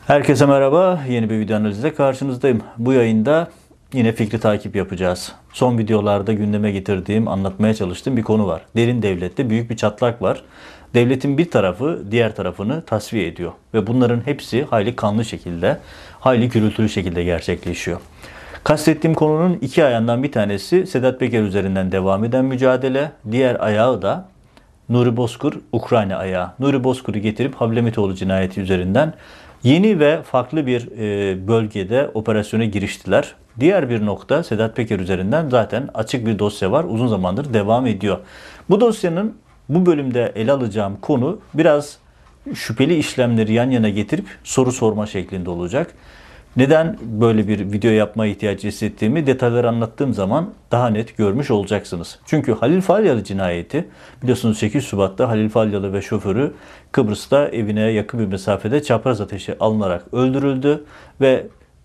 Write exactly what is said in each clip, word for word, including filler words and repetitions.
Herkese merhaba. Yeni bir video analizle karşınızdayım. Bu yayında yine fikri takip yapacağız. Son videolarda gündeme getirdiğim, anlatmaya çalıştığım bir konu var. Derin devlette büyük bir çatlak var. Devletin bir tarafı diğer tarafını tasfiye ediyor. Ve bunların hepsi hayli kanlı şekilde, hayli gürültülü şekilde gerçekleşiyor. Kastettiğim konunun iki ayağından bir tanesi Sedat Peker üzerinden devam eden mücadele. Diğer ayağı da Nuri Bozkır, Ukrayna ayağı. Nuri Bozkır'ı getirip Havlemetoğlu cinayeti üzerinden yeni ve farklı bir bölgede operasyona giriştiler. Diğer bir nokta Sedat Peker üzerinden zaten açık bir dosya var. Uzun zamandır devam ediyor. Bu dosyanın bu bölümde ele alacağım konu biraz şüpheli işlemleri yan yana getirip soru sorma şeklinde olacak. Neden böyle bir video yapmaya ihtiyaç hissettiğimi detayları anlattığım zaman daha net görmüş olacaksınız. Çünkü Halil Falyalı cinayeti, biliyorsunuz sekiz Şubat'ta Halil Falyalı ve şoförü Kıbrıs'ta evine yakın bir mesafede çapraz ateşe alınarak öldürüldü ve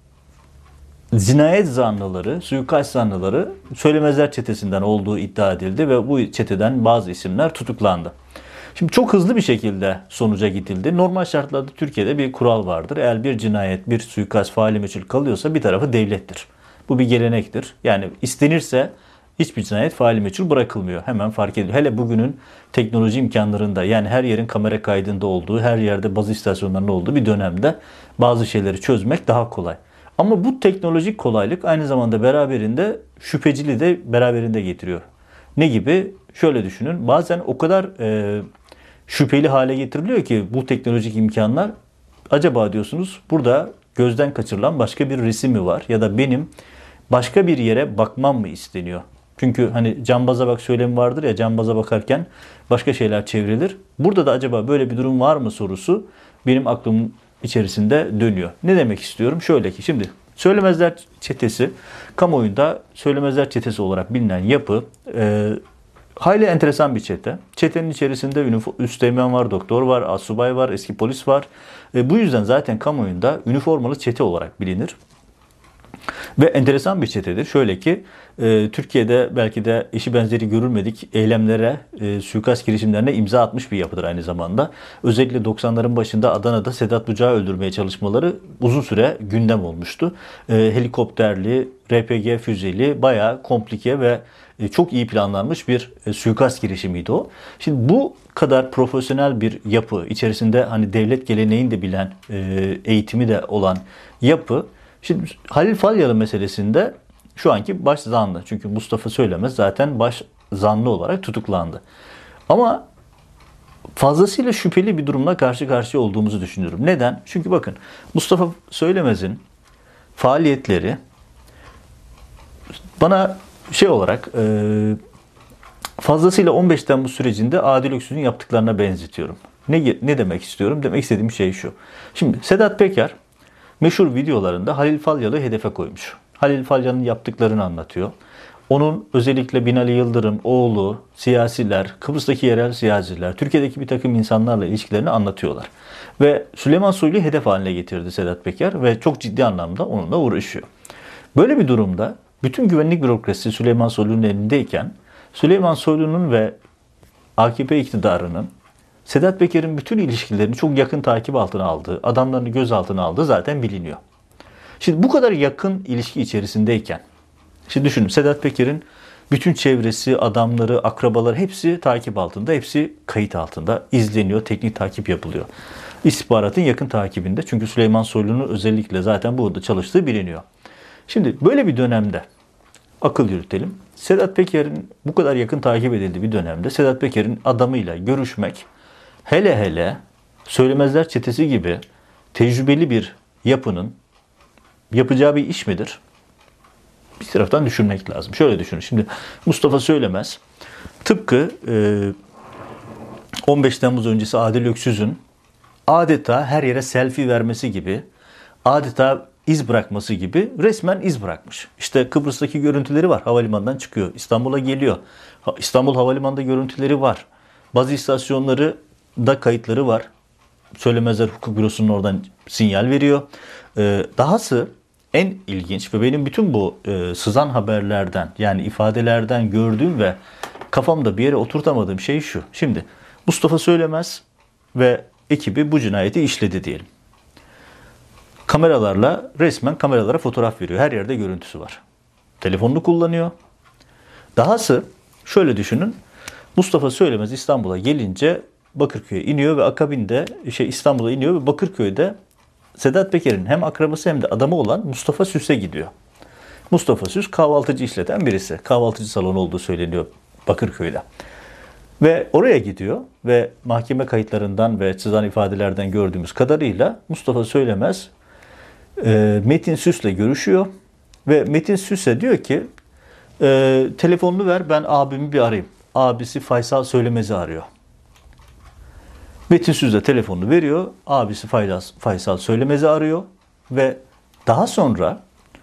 cinayet zanlıları, suikast zanlıları Söylemezler çetesinden olduğu iddia edildi ve bu çeteden bazı isimler tutuklandı. Şimdi çok hızlı bir şekilde sonuca gidildi. Normal şartlarda Türkiye'de bir kural vardır. Eğer bir cinayet, bir suikast faali meçhul kalıyorsa bir tarafı devlettir. Bu bir gelenektir. Yani istenirse hiçbir cinayet faali meçhul bırakılmıyor. Hemen fark ediliyor. Hele bugünün teknoloji imkanlarında, yani her yerin kamera kaydında olduğu, her yerde baz istasyonlarının olduğu bir dönemde bazı şeyleri çözmek daha kolay. Ama bu teknolojik kolaylık aynı zamanda beraberinde şüpheciliği de beraberinde getiriyor. Ne gibi? Şöyle düşünün. Bazen o kadar e, şüpheli hale getiriliyor ki bu teknolojik imkanlar, acaba diyorsunuz burada gözden kaçırılan başka bir resim mi var? Ya da benim başka bir yere bakmam mı isteniyor? Çünkü hani cambaza bak söylemi vardır ya, cambaza bakarken başka şeyler çevrilir. Burada da acaba böyle bir durum var mı sorusu benim aklımın içerisinde dönüyor. Ne demek istiyorum? Şöyle ki şimdi Söylemezler çetesi, kamuoyunda Söylemezler çetesi olarak bilinen yapı e, hayli enteresan bir çete. Çetenin içerisinde üsteğmen var, doktor var, asubay var, eski polis var. E, bu yüzden zaten kamuoyunda üniformalı çete olarak bilinir. Ve enteresan bir çetedir. Şöyle ki e, Türkiye'de belki de eşi benzeri görülmedik eylemlere, e, suikast girişimlerine imza atmış bir yapıdır aynı zamanda. Özellikle doksanların başında Adana'da Sedat Bucak'ı öldürmeye çalışmaları uzun süre gündem olmuştu. E, helikopterli, R P G füzeli, bayağı komplike ve e, çok iyi planlanmış bir e, suikast girişimiydi o. Şimdi bu kadar profesyonel bir yapı, içerisinde hani devlet geleneğini de bilen, e, eğitimi de olan yapı. Şimdi Halil Falyalı meselesinde şu anki baş zanlı. Çünkü Mustafa Söylemez zaten baş zanlı olarak tutuklandı. Ama fazlasıyla şüpheli bir durumla karşı karşıya olduğumuzu düşünüyorum. Neden? Çünkü bakın, Mustafa Söylemez'in faaliyetleri bana şey olarak fazlasıyla on beş Temmuz sürecinde Adil Öksüz'ün yaptıklarına benzetiyorum. Ne, ne demek istiyorum? Demek istediğim şey şu. Şimdi Sedat Peker meşhur videolarında Halil Falyalı'yı hedefe koymuş. Halil Falyalı'nın yaptıklarını anlatıyor. Onun özellikle Binali Yıldırım, oğlu, siyasiler, Kıbrıs'taki yerel siyasiler, Türkiye'deki bir takım insanlarla ilişkilerini anlatıyorlar. Ve Süleyman Soylu'yu hedef haline getirdi Sedat Peker ve çok ciddi anlamda onunla uğraşıyor. Böyle bir durumda bütün güvenlik bürokrasisi Süleyman Soylu'nun elindeyken Süleyman Soylu'nun ve A K P iktidarının Sedat Peker'in bütün ilişkilerini çok yakın takip altına aldığı, adamlarını gözaltına aldığı zaten biliniyor. Şimdi bu kadar yakın ilişki içerisindeyken, şimdi düşünün, Sedat Peker'in bütün çevresi, adamları, akrabaları hepsi takip altında, hepsi kayıt altında, izleniyor, teknik takip yapılıyor. İstihbaratın yakın takibinde, çünkü Süleyman Soylu'nun özellikle zaten burada çalıştığı biliniyor. Şimdi böyle bir dönemde akıl yürütelim. Sedat Peker'in bu kadar yakın takip edildiği bir dönemde Sedat Peker'in adamıyla görüşmek, hele hele Söylemezler çetesi gibi tecrübeli bir yapının yapacağı bir iş midir? Bir taraftan düşünmek lazım. Şöyle düşünün. Şimdi Mustafa Söylemez tıpkı on beş Temmuz öncesi Adil Öksüz'ün adeta her yere selfie vermesi gibi, adeta iz bırakması gibi resmen iz bırakmış. İşte Kıbrıs'taki görüntüleri var. Havalimanından çıkıyor. İstanbul'a geliyor. İstanbul Havalimanı'nda görüntüleri var. Bazı istasyonları da kayıtları var. Söylemezler Hukuk Bürosu'nun oradan sinyal veriyor. Ee, dahası en ilginç ve benim bütün bu e, sızan haberlerden, yani ifadelerden gördüğüm ve kafamda bir yere oturtamadığım şey şu. Şimdi Mustafa Söylemez ve ekibi bu cinayeti işledi diyelim. kameralarla resmen kameralara fotoğraf veriyor. Her yerde görüntüsü var. Telefonunu kullanıyor. Dahası şöyle düşünün. Mustafa Söylemez İstanbul'a gelince Bakırköy'e iniyor ve akabinde şey İstanbul'a iniyor ve Bakırköy'de Sedat Peker'in hem akrabası hem de adamı olan Mustafa Süs'e gidiyor. Mustafa Süs kahvaltıcı işleten birisi. Kahvaltıcı salonu olduğu söyleniyor Bakırköy'de. Ve oraya gidiyor ve mahkeme kayıtlarından ve sızan ifadelerden gördüğümüz kadarıyla Mustafa Söylemez e, Metin Süs'le görüşüyor ve Metin Süs'e diyor ki e, telefonunu ver, ben abimi bir arayayım. Abisi Faysal Söylemez'i arıyor. Metin Süs de telefonunu veriyor. Abisi Faysal Söylemez'i arıyor ve daha sonra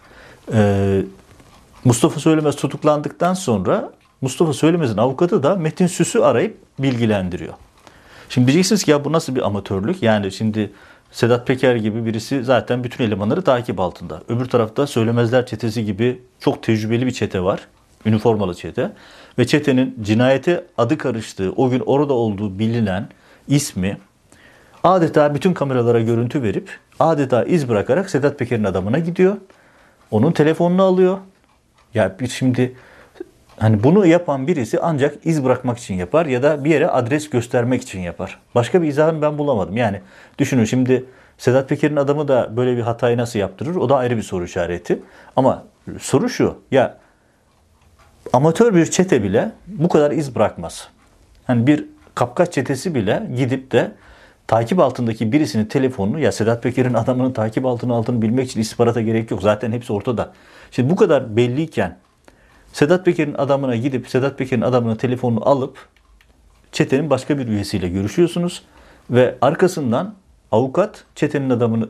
e, Mustafa Söylemez tutuklandıktan sonra Mustafa Söylemez'in avukatı da Metin Süs'ü arayıp bilgilendiriyor. Şimdi diyeceksiniz ki ya bu nasıl bir amatörlük? Yani şimdi Sedat Peker gibi birisi zaten bütün elemanları takip altında. Öbür tarafta Söylemezler çetesi gibi çok tecrübeli bir çete var. Üniformalı çete. Ve çetenin cinayete adı karıştığı, o gün orada olduğu bilinen ismi adeta bütün kameralara görüntü verip adeta iz bırakarak Sedat Peker'in adamına gidiyor. Onun telefonunu alıyor. Ya şimdi hani bunu yapan birisi ancak iz bırakmak için yapar ya da bir yere adres göstermek için yapar. Başka bir izahını ben bulamadım. Yani düşünün şimdi Sedat Peker'in adamı da böyle bir hatayı nasıl yaptırır? O da ayrı bir soru işareti. Ama soru şu. Ya amatör bir çete bile bu kadar iz bırakmaz. Hani bir kapkaç çetesi bile gidip de takip altındaki birisinin telefonunu, ya Sedat Peker'in adamının takip altına aldığını bilmek için istihbarata gerek yok. Zaten hepsi ortada. Şimdi bu kadar belliyken Sedat Peker'in adamına gidip Sedat Peker'in adamının telefonunu alıp çetenin başka bir üyesiyle görüşüyorsunuz ve arkasından avukat çetenin adamının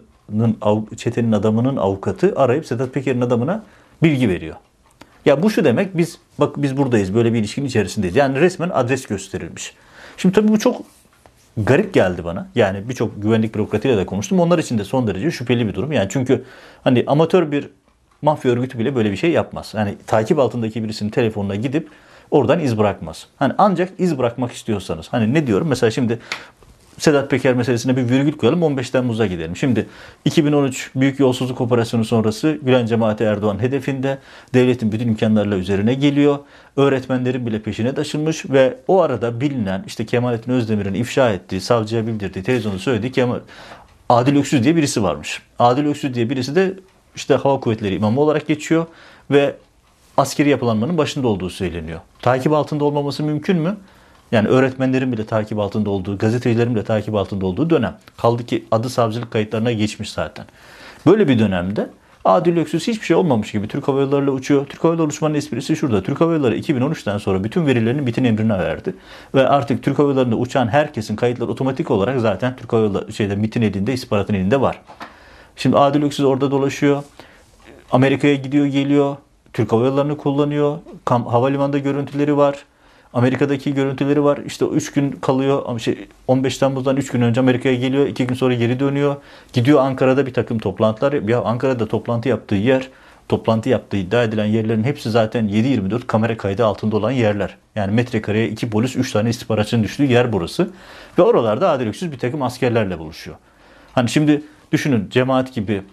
çetenin adamının avukatı arayıp Sedat Peker'in adamına bilgi veriyor. Ya bu şu demek, biz bak biz buradayız, böyle bir ilişkinin içerisindeyiz. Yani resmen adres gösterilmiş. Şimdi tabii bu çok garip geldi bana. Yani birçok güvenlik bürokratıyla da konuştum. Onlar için de son derece şüpheli bir durum. Yani çünkü hani amatör bir mafya örgütü bile böyle bir şey yapmaz. Yani takip altındaki birisinin telefonuna gidip oradan iz bırakmaz. Hani ancak iz bırakmak istiyorsanız. Hani ne diyorum? Mesela şimdi Sedat Peker meselesine bir virgül koyalım, on beş Temmuz'a gidelim. Şimdi iki bin on üç Büyük Yolsuzluk Operasyonu sonrası Gülen Cemaati Erdoğan hedefinde, devletin bütün imkanlarla üzerine geliyor. Öğretmenlerin bile peşine taşınmış ve o arada bilinen işte Kemalettin Özdemir'in ifşa ettiği, savcıya bildirdiği, televizyonda söylediği Kemal, Adil Öksüz diye birisi varmış. Adil Öksüz diye birisi de işte Hava Kuvvetleri imamı olarak geçiyor ve askeri yapılanmanın başında olduğu söyleniyor. Takip altında olmaması mümkün mü? Yani öğretmenlerin bile takip altında olduğu, gazetecilerin bile takip altında olduğu dönem. Kaldı ki adı savcılık kayıtlarına geçmiş zaten. Böyle bir dönemde Adil Öksüz hiçbir şey olmamış gibi Türk Hava Yolları'yla uçuyor. Türk Hava Yolları uçmanın esprisi şurada. Türk Hava Yolları iki bin on üçten sonra bütün verilerini MİT'in emrine verdi. Ve artık Türk Hava Yolları'nda uçan herkesin kayıtları otomatik olarak zaten Türk Hava Yolları şeyde MİT'in elinde, istihbaratın elinde var. Şimdi Adil Öksüz orada dolaşıyor. Amerika'ya gidiyor, geliyor. Türk Hava Yolları'nı kullanıyor. Kam havalimanında görüntüleri var. Amerika'daki görüntüleri var. İşte üç gün kalıyor. Şey, on beş Temmuz'dan üç gün önce Amerika'ya geliyor. iki gün sonra geri dönüyor. Gidiyor Ankara'da bir takım toplantılar. Ya Ankara'da toplantı yaptığı yer, toplantı yaptığı iddia edilen yerlerin hepsi zaten yedi yirmi dört kamera kaydı altında olan yerler. Yani metrekareye iki polis, üç tane istihbaratçının düştüğü yer burası. Ve oralarda Adil Öksüz bir takım askerlerle buluşuyor. Hani şimdi düşünün, cemaat gibi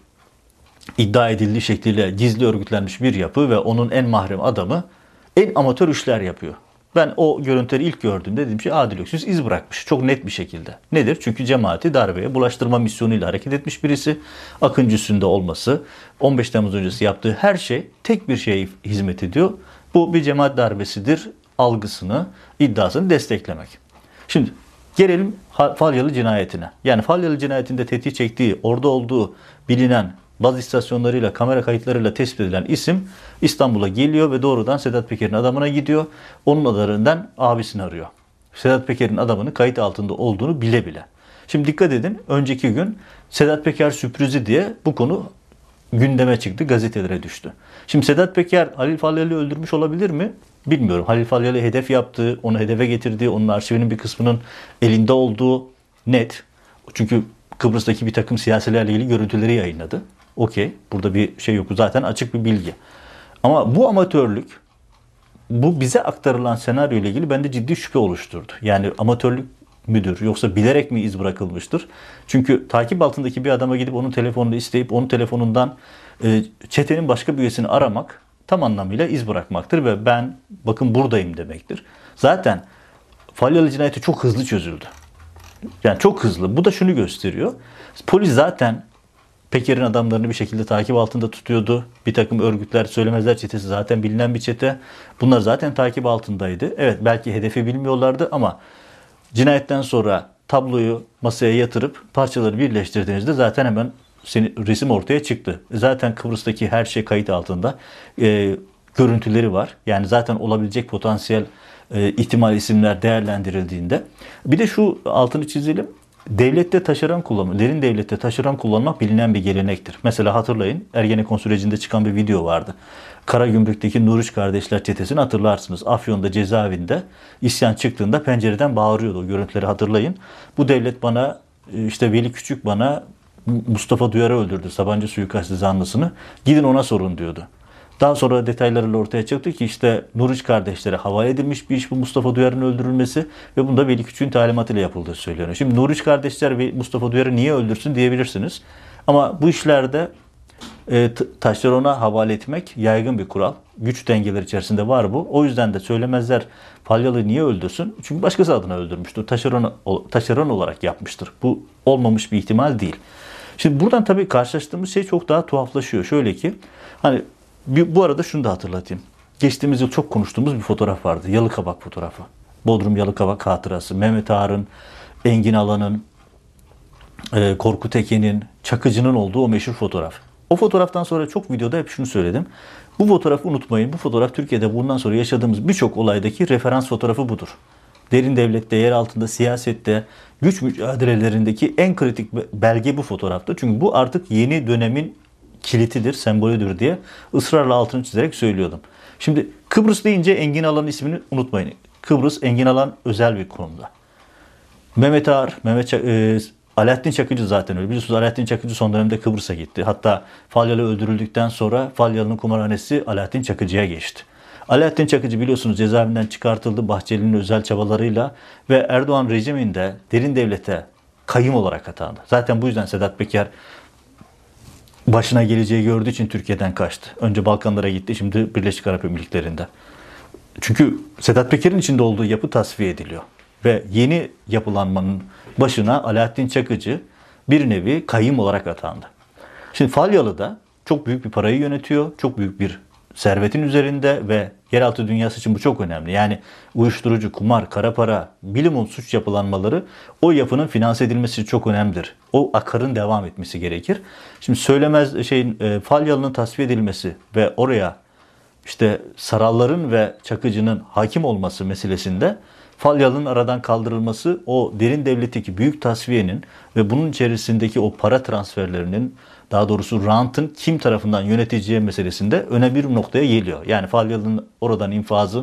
iddia edildiği şekliyle gizli örgütlenmiş bir yapı ve onun en mahrem adamı en amatör işler yapıyor. Ben o görüntüleri ilk gördüğümde dedim ki Adil Öksüz iz bırakmış. Çok net bir şekilde. Nedir? Çünkü cemaati darbeye bulaştırma misyonuyla hareket etmiş birisi. Akıncı üstünde olması, on beş Temmuz öncesi yaptığı her şey tek bir şeye hizmet ediyor. Bu bir cemaat darbesidir algısını, iddiasını desteklemek. Şimdi gelelim Falyalı cinayetine. Yani Falyalı cinayetinde tehdit çektiği, orada olduğu bilinen baz istasyonlarıyla, kamera kayıtlarıyla tespit edilen isim İstanbul'a geliyor ve doğrudan Sedat Peker'in adamına gidiyor. Onun adamından abisini arıyor. Sedat Peker'in adamının kayıt altında olduğunu bile bile. Şimdi dikkat edin, önceki gün Sedat Peker sürprizi diye bu konu gündeme çıktı, gazetelere düştü. Şimdi Sedat Peker Halil Falyalı'yı öldürmüş olabilir mi? Bilmiyorum. Halil Falyalı'yı hedef yaptığı, onu hedefe getirdiği, onun arşivinin bir kısmının elinde olduğu net. Çünkü Kıbrıs'taki bir takım siyasilerle ilgili görüntüleri yayınladı. Okey. Burada bir şey yok. Zaten açık bir bilgi. Ama bu amatörlük, bu bize aktarılan senaryo ile ilgili bende ciddi şüphe oluşturdu. Yani amatörlük müdür yoksa bilerek mi iz bırakılmıştır? Çünkü takip altındaki bir adama gidip onun telefonunu isteyip onun telefonundan e, çetenin başka bir üyesini aramak tam anlamıyla iz bırakmaktır ve ben bakın buradayım demektir. Zaten Falyalı cinayeti çok hızlı çözüldü. Yani çok hızlı. Bu da şunu gösteriyor. Polis zaten Peker'in adamlarını bir şekilde takip altında tutuyordu. Bir takım örgütler, Söylemezler çetesi zaten bilinen bir çete. Bunlar zaten takip altındaydı. Evet belki hedefi bilmiyorlardı ama cinayetten sonra tabloyu masaya yatırıp parçaları birleştirdiğinizde zaten hemen resim ortaya çıktı. Zaten Kıbrıs'taki her şey kayıt altında. E, görüntüleri var. Yani zaten olabilecek potansiyel e, ihtimal isimler değerlendirildiğinde. Bir de şu altını çizelim. Devlette taşeron kullanmak, derin devlette taşeron kullanmak bilinen bir gelenektir. Mesela hatırlayın Ergenekon sürecinde çıkan bir video vardı. Karagümrük'teki Nuriç kardeşler çetesini hatırlarsınız. Afyon'da cezaevinde isyan çıktığında pencereden bağırıyordu. O görüntüleri hatırlayın. Bu devlet bana, işte Veli Küçük bana Mustafa Duyar'ı öldürdü. Sabancı suikastı zanlısını. Gidin ona sorun diyordu. Daha sonra detaylarıyla ortaya çıktı ki işte Nuriç kardeşlere havale edilmiş bir iş bu Mustafa Duyar'ın öldürülmesi ve bunda Veli Küçük'ün talimatıyla yapıldığı söyleniyor. Şimdi Nuriç kardeşler ve Mustafa Duyar'ı niye öldürsün diyebilirsiniz. Ama bu işlerde e, taşerona havale etmek yaygın bir kural. Güç dengeleri içerisinde var bu. O yüzden de Söylemezler Falyalı'yı niye öldürsün? Çünkü başkası adına öldürmüştür. Taşeron, taşeron olarak yapmıştır. Bu olmamış bir ihtimal değil. Şimdi buradan tabii karşılaştığımız şey çok daha tuhaflaşıyor. Şöyle ki hani bu arada şunu da hatırlatayım. Geçtiğimiz yıl çok konuştuğumuz bir fotoğraf vardı. Yalıkavak fotoğrafı. Bodrum Yalıkavak hatırası. Mehmet Ağar'ın, Engin Alan'ın, Korkut Eken'in, Çakıcı'nın olduğu o meşhur fotoğraf. O fotoğraftan sonra çok videoda hep şunu söyledim. Bu fotoğrafı unutmayın. Bu fotoğraf Türkiye'de bundan sonra yaşadığımız birçok olaydaki referans fotoğrafı budur. Derin devlette, yer altında, siyasette, güç mücadelelerindeki en kritik belge bu fotoğraftır. Çünkü bu artık yeni dönemin kilitidir, sembolüdür diye ısrarla altını çizerek söylüyordum. Şimdi Kıbrıs deyince Engin Alan'ın ismini unutmayın. Kıbrıs, Engin Alan özel bir konumda. Mehmet Ağar, Mehmet Çak- e, Alaaddin Çakıcı zaten öyle. Biliyorsunuz Alaaddin Çakıcı son dönemde Kıbrıs'a gitti. Hatta Falyalı öldürüldükten sonra Falyalı'nın kumarhanesi Alaaddin Çakıcı'ya geçti. Alaaddin Çakıcı biliyorsunuz cezaevinden çıkartıldı Bahçeli'nin özel çabalarıyla ve Erdoğan rejiminde derin devlete kayyum olarak atandı. Zaten bu yüzden Sedat Peker başına geleceği gördüğü için Türkiye'den kaçtı. Önce Balkanlara gitti, şimdi Birleşik Arap Emirlikleri'nde. Çünkü Sedat Peker'in içinde olduğu yapı tasfiye ediliyor. Ve yeni yapılanmanın başına Alaaddin Çakıcı bir nevi kayyum olarak atandı. Şimdi Falyalı'da çok büyük bir parayı yönetiyor, çok büyük bir servetin üzerinde ve yeraltı dünyası için bu çok önemli. Yani uyuşturucu, kumar, kara para, bilimum suç yapılanmaları o yapının finanse edilmesi çok önemlidir. O akarın devam etmesi gerekir. Şimdi söylemez şeyin e, Falyalı'nın tasfiye edilmesi ve oraya işte Saralların ve Çakıcı'nın hakim olması meselesinde Falyalı'nın aradan kaldırılması o derin devletteki büyük tasfiyenin ve bunun içerisindeki o para transferlerinin daha doğrusu rantın kim tarafından yöneteceği meselesinde önemli bir noktaya geliyor. Yani Falyalı'nın oradan infazı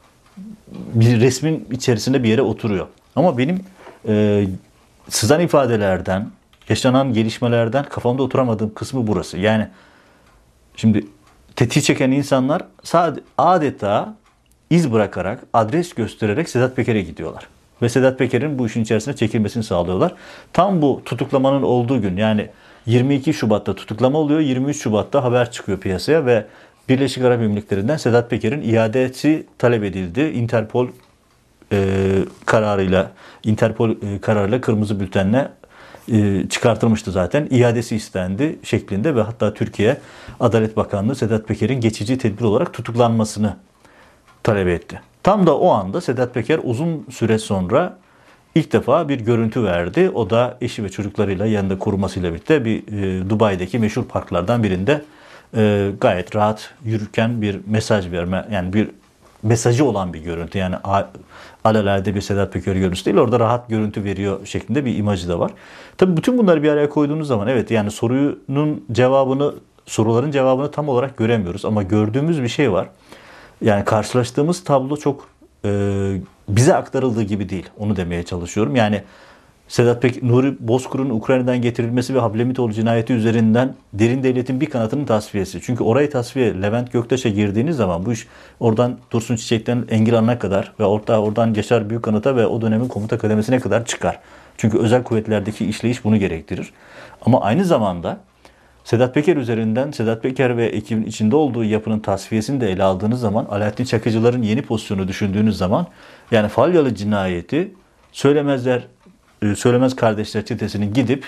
bir resmin içerisinde bir yere oturuyor. Ama benim e, sızan ifadelerden, yaşanan gelişmelerden kafamda oturamadığım kısmı burası. Yani şimdi tetiği çeken insanlar sadece adeta iz bırakarak, adres göstererek Sedat Peker'e gidiyorlar. Ve Sedat Peker'in bu işin içerisine çekilmesini sağlıyorlar. Tam bu tutuklamanın olduğu gün yani yirmi iki Şubat'ta tutuklama oluyor. yirmi üç Şubat'ta haber çıkıyor piyasaya ve Birleşik Arap Emirlikleri'nden Sedat Peker'in iadesi talep edildi. Interpol e, kararıyla Interpol e, kararıyla kırmızı bültenle e, çıkartılmıştı zaten. İadesi istendi şeklinde ve hatta Türkiye Adalet Bakanlığı Sedat Peker'in geçici tedbir olarak tutuklanmasını talep etti. Tam da o anda Sedat Peker uzun süre sonra ilk defa bir görüntü verdi. O da eşi ve çocuklarıyla yanında korumasıyla birlikte bir e, Dubai'deki meşhur parklardan birinde e, gayet rahat yürürken bir mesaj verme, yani bir mesajı olan bir görüntü. Yani alelade bir Sedat Peker görüntüsü değil, orada rahat görüntü veriyor şeklinde bir imajı da var. Tabii bütün bunları bir araya koyduğunuz zaman evet yani sorunun cevabını, soruların cevabını tam olarak göremiyoruz ama gördüğümüz bir şey var. Yani karşılaştığımız tablo çok e, bize aktarıldığı gibi değil. Onu demeye çalışıyorum. Yani Sedat Pek, Nuri Bozkurt'un Ukrayna'dan getirilmesi ve Hablemitoğlu cinayeti üzerinden derin devletin bir kanatının tasfiyesi. Çünkü orayı tasfiye, Levent Göktaş'a girdiğiniz zaman bu iş oradan Dursun Çiçek'ten Engin Alan'a kadar ve orta oradan Yaşar Büyükkanıt'a ve o dönemin komuta kademesine kadar çıkar. Çünkü özel kuvvetlerdeki işleyiş bunu gerektirir. Ama aynı zamanda Sedat Peker üzerinden Sedat Peker ve ekibin içinde olduğu yapının tasfiyesini de ele aldığınız zaman Alaaddin Çakıcıların yeni pozisyonu düşündüğünüz zaman yani Falyalı cinayeti söylemezler Söylemez Kardeşler çetesinin gidip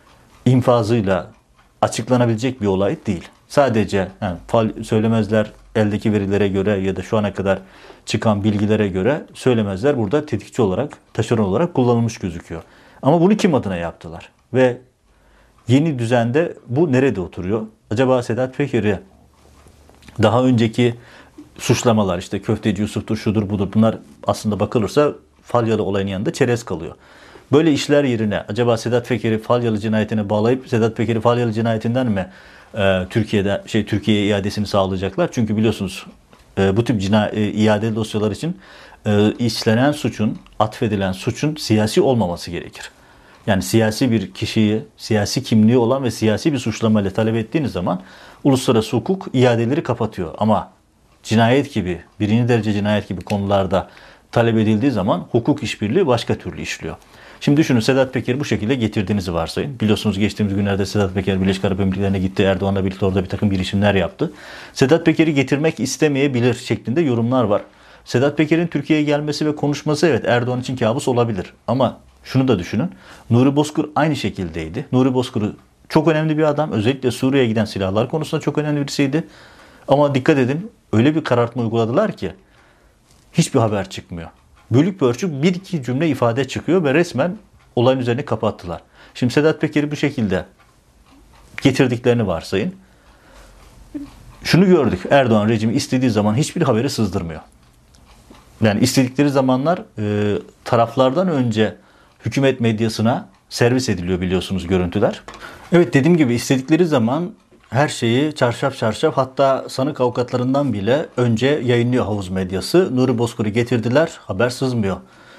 infazıyla açıklanabilecek bir olay değil. Sadece yani, Söylemezler eldeki verilere göre ya da şu ana kadar çıkan bilgilere göre Söylemezler burada tetikçi olarak, taşeron olarak kullanılmış gözüküyor. Ama bunu kim adına yaptılar? Ve yeni düzende bu nerede oturuyor? Acaba Sedat Peker'i daha önceki suçlamalar işte Köfteci Yusuf'tur, şudur budur bunlar aslında bakılırsa Falyalı olayın yanında çerez kalıyor. Böyle işler yerine acaba Sedat Peker'i Falyalı cinayetine bağlayıp Sedat Peker'i Falyalı cinayetinden mi e, Türkiye'de şey Türkiye'ye iadesini sağlayacaklar? Çünkü biliyorsunuz e, bu tip cina e, iade dosyalar için e, işlenen suçun, atfedilen suçun siyasi olmaması gerekir. Yani siyasi bir kişiyi, siyasi kimliği olan ve siyasi bir suçlamayla talep ettiğiniz zaman uluslararası hukuk iadeleri kapatıyor. Ama cinayet gibi, birinci derece cinayet gibi konularda talep edildiği zaman hukuk işbirliği başka türlü işliyor. Şimdi düşünün Sedat Peker'i bu şekilde getirdiğinizi varsayın. Biliyorsunuz geçtiğimiz günlerde Sedat Peker Birleşik Arap Emirlikleri'ne gitti. Erdoğan'la birlikte orada bir takım girişimler yaptı. Sedat Peker'i getirmek istemeyebilir şeklinde yorumlar var. Sedat Peker'in Türkiye'ye gelmesi ve konuşması evet Erdoğan için kabus olabilir. Ama şunu da düşünün. Nuri Bozkurt aynı şekildeydi. Nuri Bozkurt çok önemli bir adam. Özellikle Suriye'ye giden silahlar konusunda çok önemli birisiydi. Ama dikkat edin öyle bir karartma uyguladılar ki hiçbir haber çıkmıyor. Bölük pörçük bir iki cümle ifade çıkıyor ve resmen olayın üzerini kapattılar. Şimdi Sedat Peker'i bu şekilde getirdiklerini varsayın. Şunu gördük. Erdoğan rejimi istediği zaman hiçbir haberi sızdırmıyor. Yani istedikleri zamanlar e, taraflardan önce hükümet medyasına servis ediliyor biliyorsunuz görüntüler. Evet dediğim gibi istedikleri zaman her şeyi çarşaf çarşaf hatta sanık avukatlarından bile önce yayınlıyor havuz medyası. Nuri Bozkurt'u getirdiler, haber sızmıyor.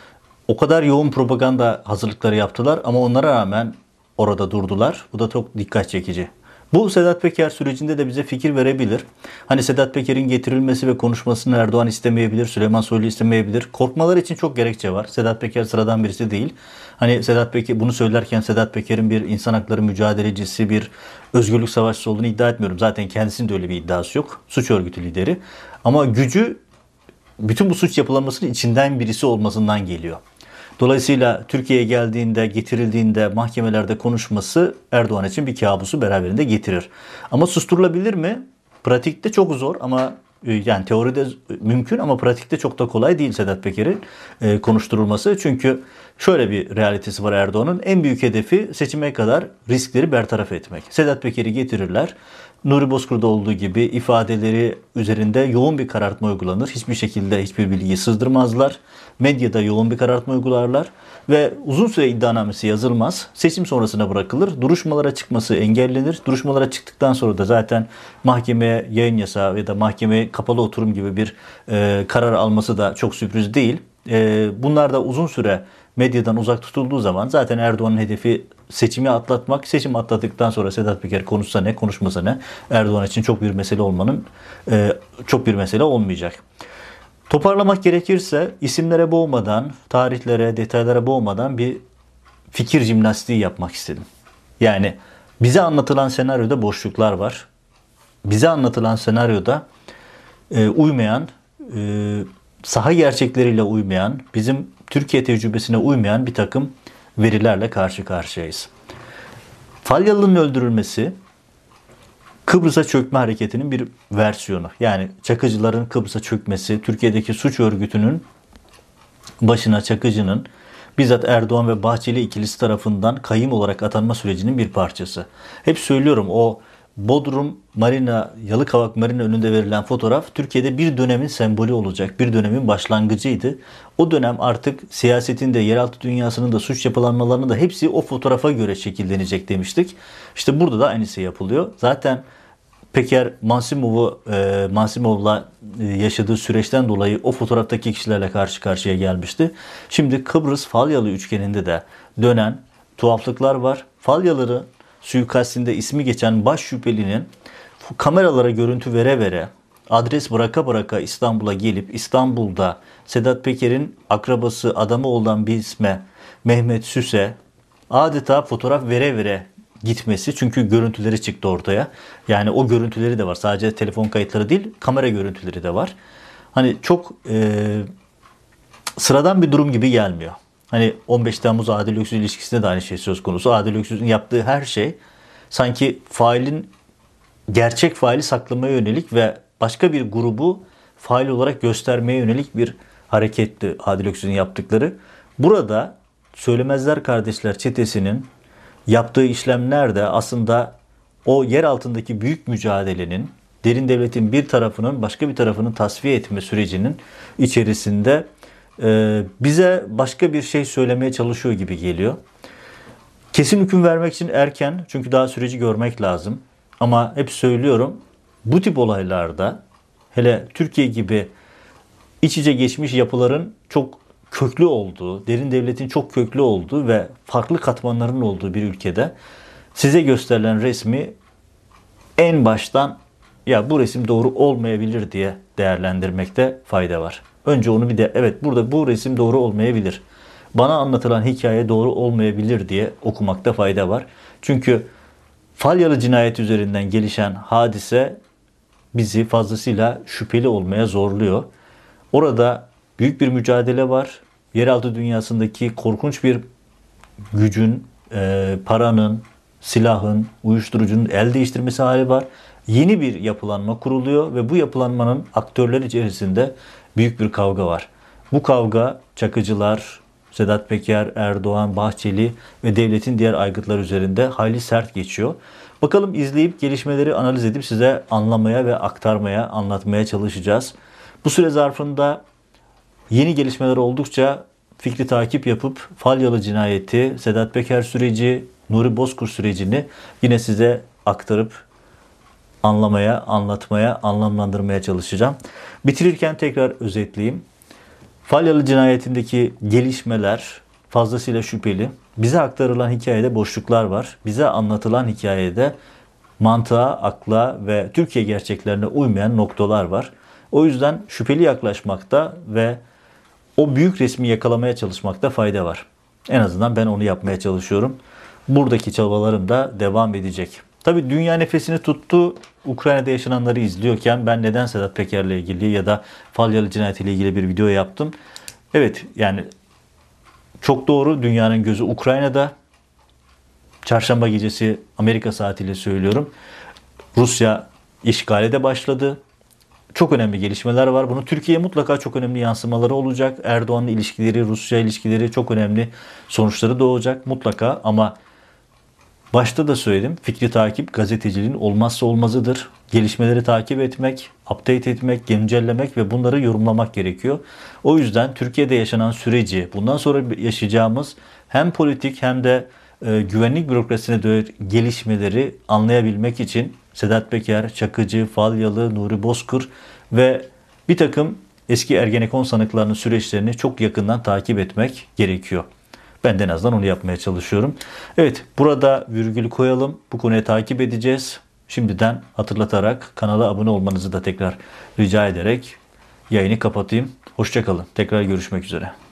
O kadar yoğun propaganda hazırlıkları yaptılar ama onlara rağmen orada durdular. Bu da çok dikkat çekici. Bu Sedat Peker sürecinde de bize fikir verebilir. Hani Sedat Peker'in getirilmesi ve konuşmasını Erdoğan istemeyebilir, Süleyman Soylu istemeyebilir. Korkmaları için çok gerekçe var. Sedat Peker sıradan birisi değil. Hani Sedat Peker bunu söylerken Sedat Peker'in bir insan hakları mücadelecisi, bir özgürlük savaşçısı olduğunu iddia etmiyorum. Zaten kendisinin de öyle bir iddiası yok. Suç örgütü lideri. Ama gücü bütün bu suç yapılanmasının içinden birisi olmasından geliyor. Dolayısıyla Türkiye'ye geldiğinde, getirildiğinde mahkemelerde konuşması Erdoğan için bir kabusu beraberinde getirir. Ama susturulabilir mi? Pratikte çok zor ama yani teoride mümkün ama pratikte çok da kolay değil Sedat Peker'in e, konuşturulması. Çünkü şöyle bir realitesi var Erdoğan'ın. En büyük hedefi seçime kadar riskleri bertaraf etmek. Sedat Peker'i getirirler. Nuri Bozkurt'da olduğu gibi ifadeleri üzerinde yoğun bir karartma uygulanır. Hiçbir şekilde hiçbir bilgiyi sızdırmazlar. Medyada yoğun bir karartma uygularlar. Ve uzun süre iddianamesi yazılmaz. Seçim sonrasına bırakılır. Duruşmalara çıkması engellenir. Duruşmalara çıktıktan sonra da zaten mahkemeye yayın yasağı ya da mahkemeye kapalı oturum gibi bir e, karar alması da çok sürpriz değil. E, bunlar da uzun süre medyadan uzak tutulduğu zaman zaten Erdoğan'ın hedefi seçimi atlatmak. Seçim atlattıktan sonra Sedat Peker konuşsa ne, konuşmasa ne Erdoğan için çok bir mesele olmanın e, çok bir mesele olmayacak. Toparlamak gerekirse isimlere boğmadan, tarihlere, detaylara boğmadan bir fikir jimnastiği yapmak istedim. Yani bize anlatılan senaryoda boşluklar var. Bize anlatılan senaryoda e, uymayan, e, saha gerçekleriyle uymayan, bizim Türkiye tecrübesine uymayan bir takım verilerle karşı karşıyayız. Falyalı'nın öldürülmesi Kıbrıs'a çökme hareketinin bir versiyonu. Yani Çakıcıların Kıbrıs'a çökmesi, Türkiye'deki suç örgütünün başına Çakıcı'nın bizzat Erdoğan ve Bahçeli ikilisi tarafından kayyım olarak atanma sürecinin bir parçası. Hep söylüyorum o Bodrum Marina, Yalıkavak Marina önünde verilen fotoğraf Türkiye'de bir dönemin sembolü olacak. Bir dönemin başlangıcıydı. O dönem artık siyasetin de yeraltı dünyasının da suç yapılanmalarının da hepsi o fotoğrafa göre şekillenecek demiştik. İşte burada da aynısı yapılıyor. Zaten Peker Mansimov'u e, Mansimov'la e, yaşadığı süreçten dolayı o fotoğraftaki kişilerle karşı karşıya gelmişti. Şimdi Kıbrıs Falyalı üçgeninde de dönen tuhaflıklar var. Falyaları suikastinde ismi geçen baş şüphelinin kameralara görüntü vere vere, adres bıraka bıraka İstanbul'a gelip İstanbul'da Sedat Peker'in akrabası, adamı olan bir isme Mehmet Süse adeta fotoğraf vere vere gitmesi. Çünkü görüntüleri çıktı ortaya. Yani o görüntüleri de var. Sadece telefon kayıtları değil, kamera görüntüleri de var. Hani çok e, sıradan bir durum gibi gelmiyor. Hani on beş Temmuz Adil Öksüz ilişkisinde de aynı şey söz konusu. Adil Öksüz'ün yaptığı her şey sanki failin gerçek faili saklamaya yönelik ve başka bir grubu fail olarak göstermeye yönelik bir hareketti Adil Öksüz'ün yaptıkları. Burada Söylemezler Kardeşler çetesinin yaptığı işlemler de aslında o yer altındaki büyük mücadelenin, derin devletin bir tarafının başka bir tarafını tasfiye etme sürecinin içerisinde e, bize başka bir şey söylemeye çalışıyor gibi geliyor. Kesin hüküm vermek için erken, çünkü daha süreci görmek lazım. Ama hep söylüyorum, bu tip olaylarda hele Türkiye gibi iç içe geçmiş yapıların çok köklü olduğu, derin devletin çok köklü olduğu ve farklı katmanların olduğu bir ülkede size gösterilen resmi en baştan ya bu resim doğru olmayabilir diye değerlendirmekte fayda var. Önce onu bir de evet burada bu resim doğru olmayabilir. Bana anlatılan hikaye doğru olmayabilir diye okumakta fayda var. Çünkü Falyalı cinayet üzerinden gelişen hadise bizi fazlasıyla şüpheli olmaya zorluyor. Orada büyük bir mücadele var. Yeraltı dünyasındaki korkunç bir gücün, e, paranın, silahın, uyuşturucunun el değiştirmesi hali var. Yeni bir yapılanma kuruluyor ve bu yapılanmanın aktörler içerisinde büyük bir kavga var. Bu kavga Çakıcılar, Sedat Peker, Erdoğan, Bahçeli ve devletin diğer aygıtlar üzerinde hayli sert geçiyor. Bakalım izleyip gelişmeleri analiz edip size anlamaya ve aktarmaya, anlatmaya çalışacağız. Bu süre zarfında yeni gelişmeler oldukça fikri takip yapıp Falyalı cinayeti, Sedat Peker süreci, Nuri Bozkır sürecini yine size aktarıp anlamaya, anlatmaya, anlamlandırmaya çalışacağım. Bitirirken tekrar özetleyeyim. Falyalı cinayetindeki gelişmeler fazlasıyla şüpheli. Bize aktarılan hikayede boşluklar var. Bize anlatılan hikayede mantığa, akla ve Türkiye gerçeklerine uymayan noktalar var. O yüzden şüpheli yaklaşmakta ve o büyük resmi yakalamaya çalışmakta fayda var. En azından ben onu yapmaya çalışıyorum. Buradaki çabalarım da devam edecek. Tabii dünya nefesini tuttu. Ukrayna'da yaşananları izliyorken ben neden Sedat Peker'le ilgili ya da Falyalı cinayetiyle ilgili bir video yaptım? Evet, yani çok doğru, dünyanın gözü Ukrayna'da. Çarşamba gecesi Amerika saatiyle söylüyorum. Rusya işgale de başladı. Çok önemli gelişmeler var. Bunun Türkiye'ye mutlaka çok önemli yansımaları olacak. Erdoğan'la ilişkileri, Rusya ilişkileri çok önemli sonuçları doğacak mutlaka. Ama başta da söyledim, fikri takip gazeteciliğin olmazsa olmazıdır. Gelişmeleri takip etmek, update etmek, güncellemek ve bunları yorumlamak gerekiyor. O yüzden Türkiye'de yaşanan süreci, bundan sonra yaşayacağımız hem politik hem de e, güvenlik bürokrasisine dair gelişmeleri anlayabilmek için Sedat Peker, Çakıcı, Falyalı, Nuri Bozkır ve bir takım eski Ergenekon sanıklarının süreçlerini çok yakından takip etmek gerekiyor. Ben de en azından onu yapmaya çalışıyorum. Evet, burada virgülü koyalım. Bu konuyu takip edeceğiz. Şimdiden hatırlatarak kanala abone olmanızı da tekrar rica ederek yayını kapatayım. Hoşça kalın. Tekrar görüşmek üzere.